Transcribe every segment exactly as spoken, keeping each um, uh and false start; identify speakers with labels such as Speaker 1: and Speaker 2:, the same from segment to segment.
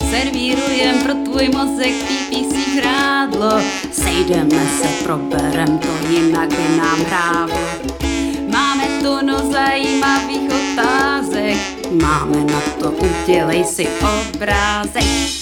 Speaker 1: Servírujem pro tvůj mozek P P C žrádlo. Sejdeme se, proberem to, jinak by nám hráblo. Máme tu no zajímavých otázek, máme na to, udělej si obrázek.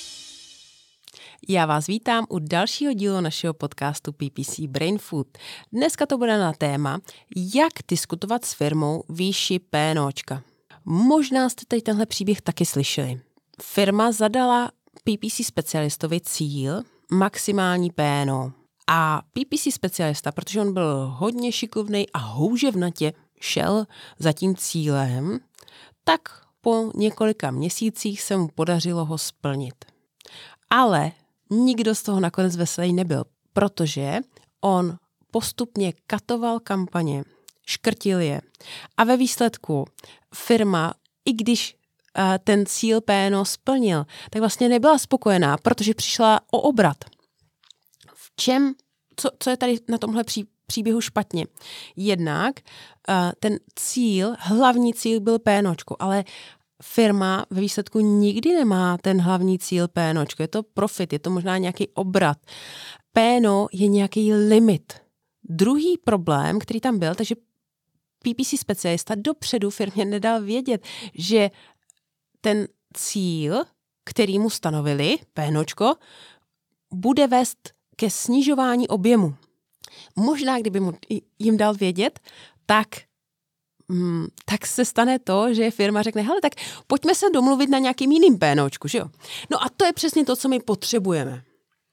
Speaker 2: Já vás vítám u dalšího dílu našeho podcastu P P C Brain Food. Dneska to bude na téma, jak diskutovat s firmou výši PNOčka. Možná jste tady tenhle příběh taky slyšeli. Firma zadala P P C specialistovi cíl maximální P N O. A P P C specialista, protože on byl hodně šikovnej a houževnatě šel za tím cílem, tak po několika měsících se mu podařilo ho splnit. Ale nikdo z toho nakonec veselý nebyl, protože on postupně katoval kampaně, škrtil je a ve výsledku firma, i když uh, ten cíl P N O splnil, tak vlastně nebyla spokojená, protože přišla o obrat. V čem, co, co je tady na tomhle pří, příběhu špatně? Jednak uh, ten cíl, hlavní cíl byl PNOčko, ale firma ve výsledku nikdy nemá ten hlavní cíl PNOčko. Je to profit, je to možná nějaký obrat. P N O je nějaký limit. Druhý problém, který tam byl, takže P P C specialista dopředu firmě nedal vědět, že ten cíl, který mu stanovili, PNOčko, bude vést ke snižování objemu. Možná, kdyby mu jim dal vědět, tak Hmm, tak se stane to, že firma řekne, hele, tak pojďme se domluvit na nějakým jiným PNOčku, že jo? No a to je přesně to, co my potřebujeme.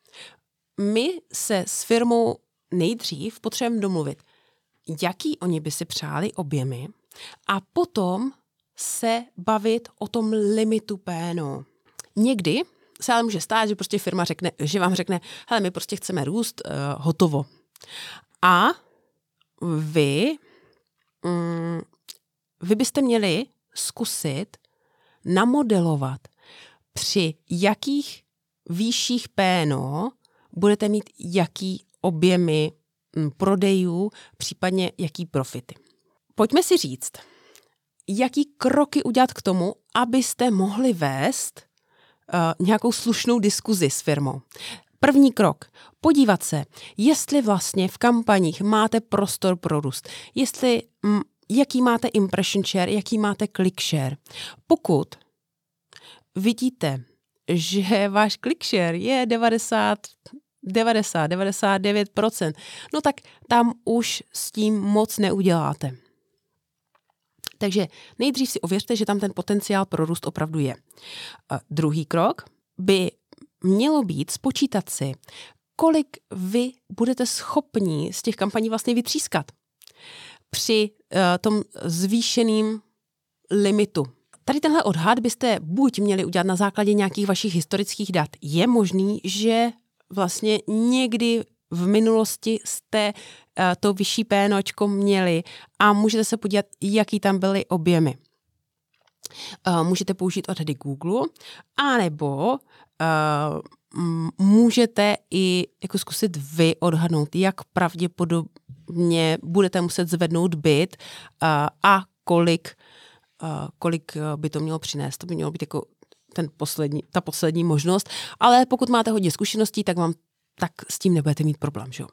Speaker 2: My se s firmou nejdřív potřebujeme domluvit, jaký oni by si přáli objemy a potom se bavit o tom limitu P N O. Někdy se ale může stát, že prostě firma řekne, že vám řekne, hele, my prostě chceme růst, uh, hotovo. A vy Mm, vy byste měli zkusit namodelovat, při jakých výšších P N O budete mít jaký objemy mm, prodejů, případně jaký profity. Pojďme si říct, jaký kroky udělat k tomu, abyste mohli vést uh, nějakou slušnou diskuzi s firmou. První krok, podívat se, jestli vlastně v kampaních máte prostor pro růst, jestli, m, jaký máte impression share, jaký máte click share. Pokud vidíte, že váš click share je devadesát, devadesát, devadesát devět procent, no tak tam už s tím moc neuděláte. Takže nejdřív si ověřte, že tam ten potenciál pro růst opravdu je. A druhý krok by mělo být spočítat si, kolik vy budete schopní z těch kampaní vlastně vytřískat při uh, tom zvýšeném limitu. Tady tenhle odhad byste buď měli udělat na základě nějakých vašich historických dat. Je možný, že vlastně někdy v minulosti jste uh, to vyšší PNOčko měli a můžete se podívat, jaký tam byly objemy. Uh, můžete použít odhady Google, anebo Uh, můžete i jako zkusit vy odhadnout, jak pravděpodobně budete muset zvednout byt uh, a kolik, uh, kolik by to mělo přinést. To by mělo být jako ten poslední, ta poslední možnost, ale pokud máte hodně zkušeností, tak vám tak s tím nebudete mít problém. Že?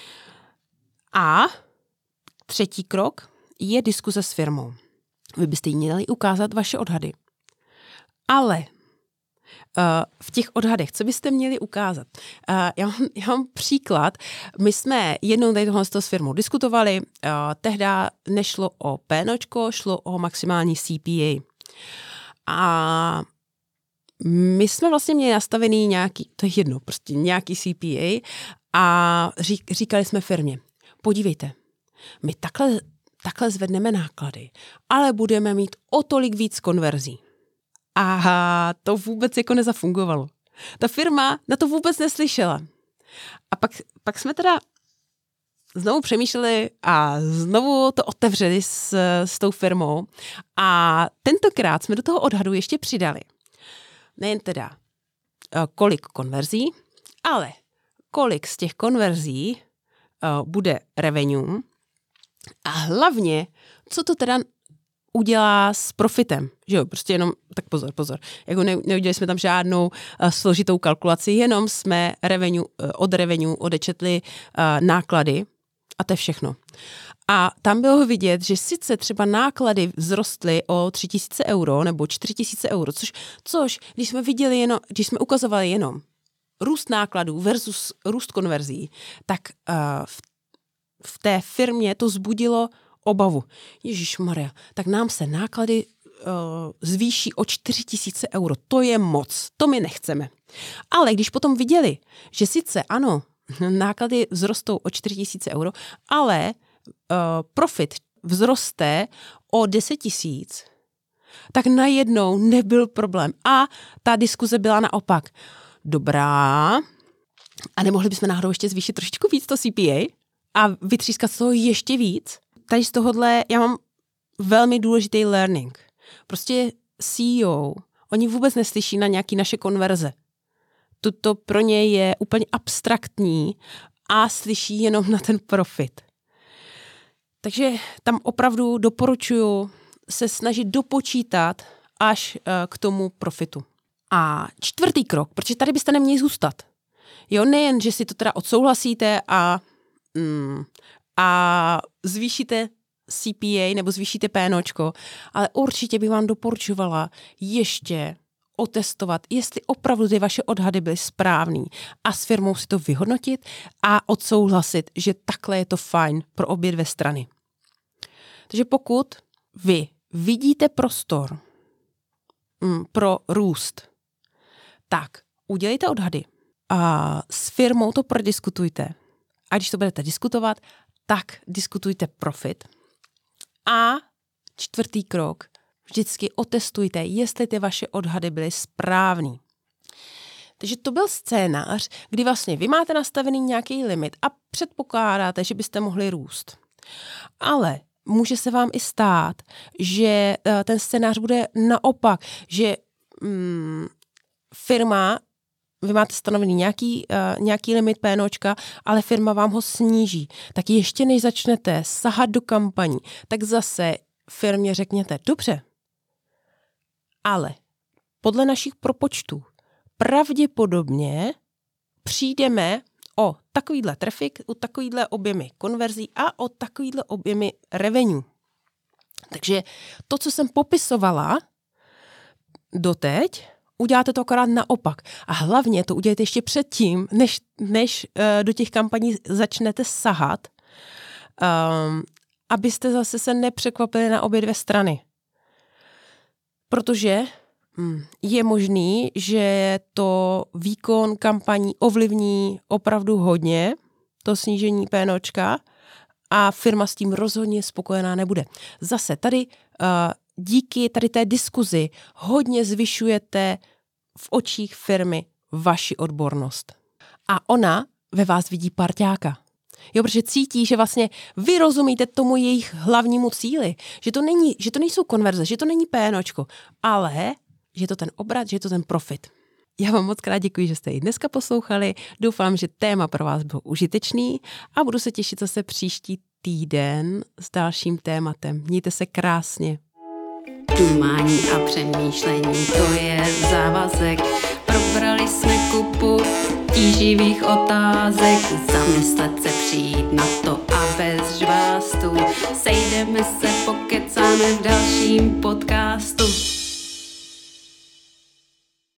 Speaker 2: A třetí krok je diskuze s firmou. Vy byste jí měli ukázat vaše odhady. Ale Uh, v těch odhadech, co byste měli ukázat? Uh, já, mám, já mám příklad. My jsme jednou tady tohle s firmou diskutovali, uh, tehda nešlo o PNOčko, šlo o maximální C P A. A my jsme vlastně měli nastavený nějaký, to je jedno, prostě nějaký C P A a řík, říkali jsme firmě, podívejte, my takhle, takhle zvedneme náklady, ale budeme mít o tolik víc konverzí. A to vůbec jako nezafungovalo. Ta firma na to vůbec neslyšela. A pak, pak jsme teda znovu přemýšleli a znovu to otevřeli s, s tou firmou a tentokrát jsme do toho odhadu ještě přidali. Nejen teda kolik konverzí, ale kolik z těch konverzí bude revenue a hlavně, co to teda udělá s profitem, že jo, prostě jenom, tak pozor, pozor, jako ne, neudělali jsme tam žádnou uh, složitou kalkulaci, jenom jsme revenue, uh, od revenue odečetli uh, náklady a to je všechno. A tam bylo vidět, že sice třeba náklady vzrostly o tři tisíce euro nebo čtyři tisíce euro, což, což když jsme viděli jenom, když jsme ukazovali jenom růst nákladů versus růst konverzí, tak uh, v, v té firmě to vzbudilo obavu. Ježišmarja, tak nám se náklady uh, zvýší o čtyři tisíce euro. To je moc, to my nechceme. Ale když potom viděli, že sice ano, náklady vzrostou o čtyři tisíce euro, ale uh, profit vzroste o deset tisíc, tak najednou nebyl problém. A ta diskuze byla naopak. Dobrá, a nemohli bychom náhodou ještě zvýšit trošičku víc to C P A a vytřískat toho ještě víc? Tady z tohohle já mám velmi důležitý learning. Prostě C E O, oni vůbec neslyší na nějaké naše konverze. Toto pro ně je úplně abstraktní a slyší jenom na ten profit. Takže tam opravdu doporučuji se snažit dopočítat až k tomu profitu. A čtvrtý krok, protože tady byste neměli zůstat. Jo, nejen, že si to teda odsouhlasíte a, mm, a zvýšíte C P A nebo zvýšíte PNOčko, ale určitě bych vám doporučovala ještě otestovat, jestli opravdu ty vaše odhady byly správný a s firmou si to vyhodnotit a odsouhlasit, že takhle je to fajn pro obě dvě strany. Takže pokud vy vidíte prostor mm, pro růst, tak udělejte odhady a s firmou to prodiskutujte. A když to budete diskutovat, tak diskutujte profit. A čtvrtý krok, vždycky otestujte, jestli ty vaše odhady byly správný. Takže to byl scénář, kdy vlastně vy máte nastavený nějaký limit a předpokládáte, že byste mohli růst. Ale může se vám i stát, že ten scénář bude naopak, že mm, firma, vy máte stanovený nějaký, uh, nějaký limit PNOčka, ale firma vám ho sníží. Tak ještě než začnete sahat do kampaní, tak zase firmě řekněte, dobře, ale podle našich propočtů pravděpodobně přijdeme o takovýhle trafik, o takovýhle objemy konverzí a o takovýhle objemy revenue. Takže to, co jsem popisovala doteď, uděláte to akorát naopak. A hlavně to udělejte ještě předtím, než, než uh, do těch kampaní začnete sahat, um, abyste zase se nepřekvapili na obě dvě strany. Protože hm, je možný, že to výkon kampaní ovlivní opravdu hodně, to snížení PNOčka, a firma s tím rozhodně spokojená nebude. Zase tady uh, díky tady té diskuzi hodně zvyšujete v očích firmy vaši odbornost. A ona ve vás vidí parťáka. Jo, protože cítí, že vlastně vy rozumíte tomu jejich hlavnímu cíli, že to není, že to nejsou konverze, že to není PNOčko, ale že je to ten obrat, že je to ten profit. Já vám moc krát děkuji, že jste i dneska poslouchali. Doufám, že téma pro vás bylo užitečný a budu se těšit zase příští týden s dalším tématem. Mějte se krásně.
Speaker 1: Dumání a přemýšlení, to je závazek. Probrali jsme kupu tíživých otázek. Zamyslet se, přijít na to a bez žvástu. Sejdeme se, pokecáme v dalším podcastu.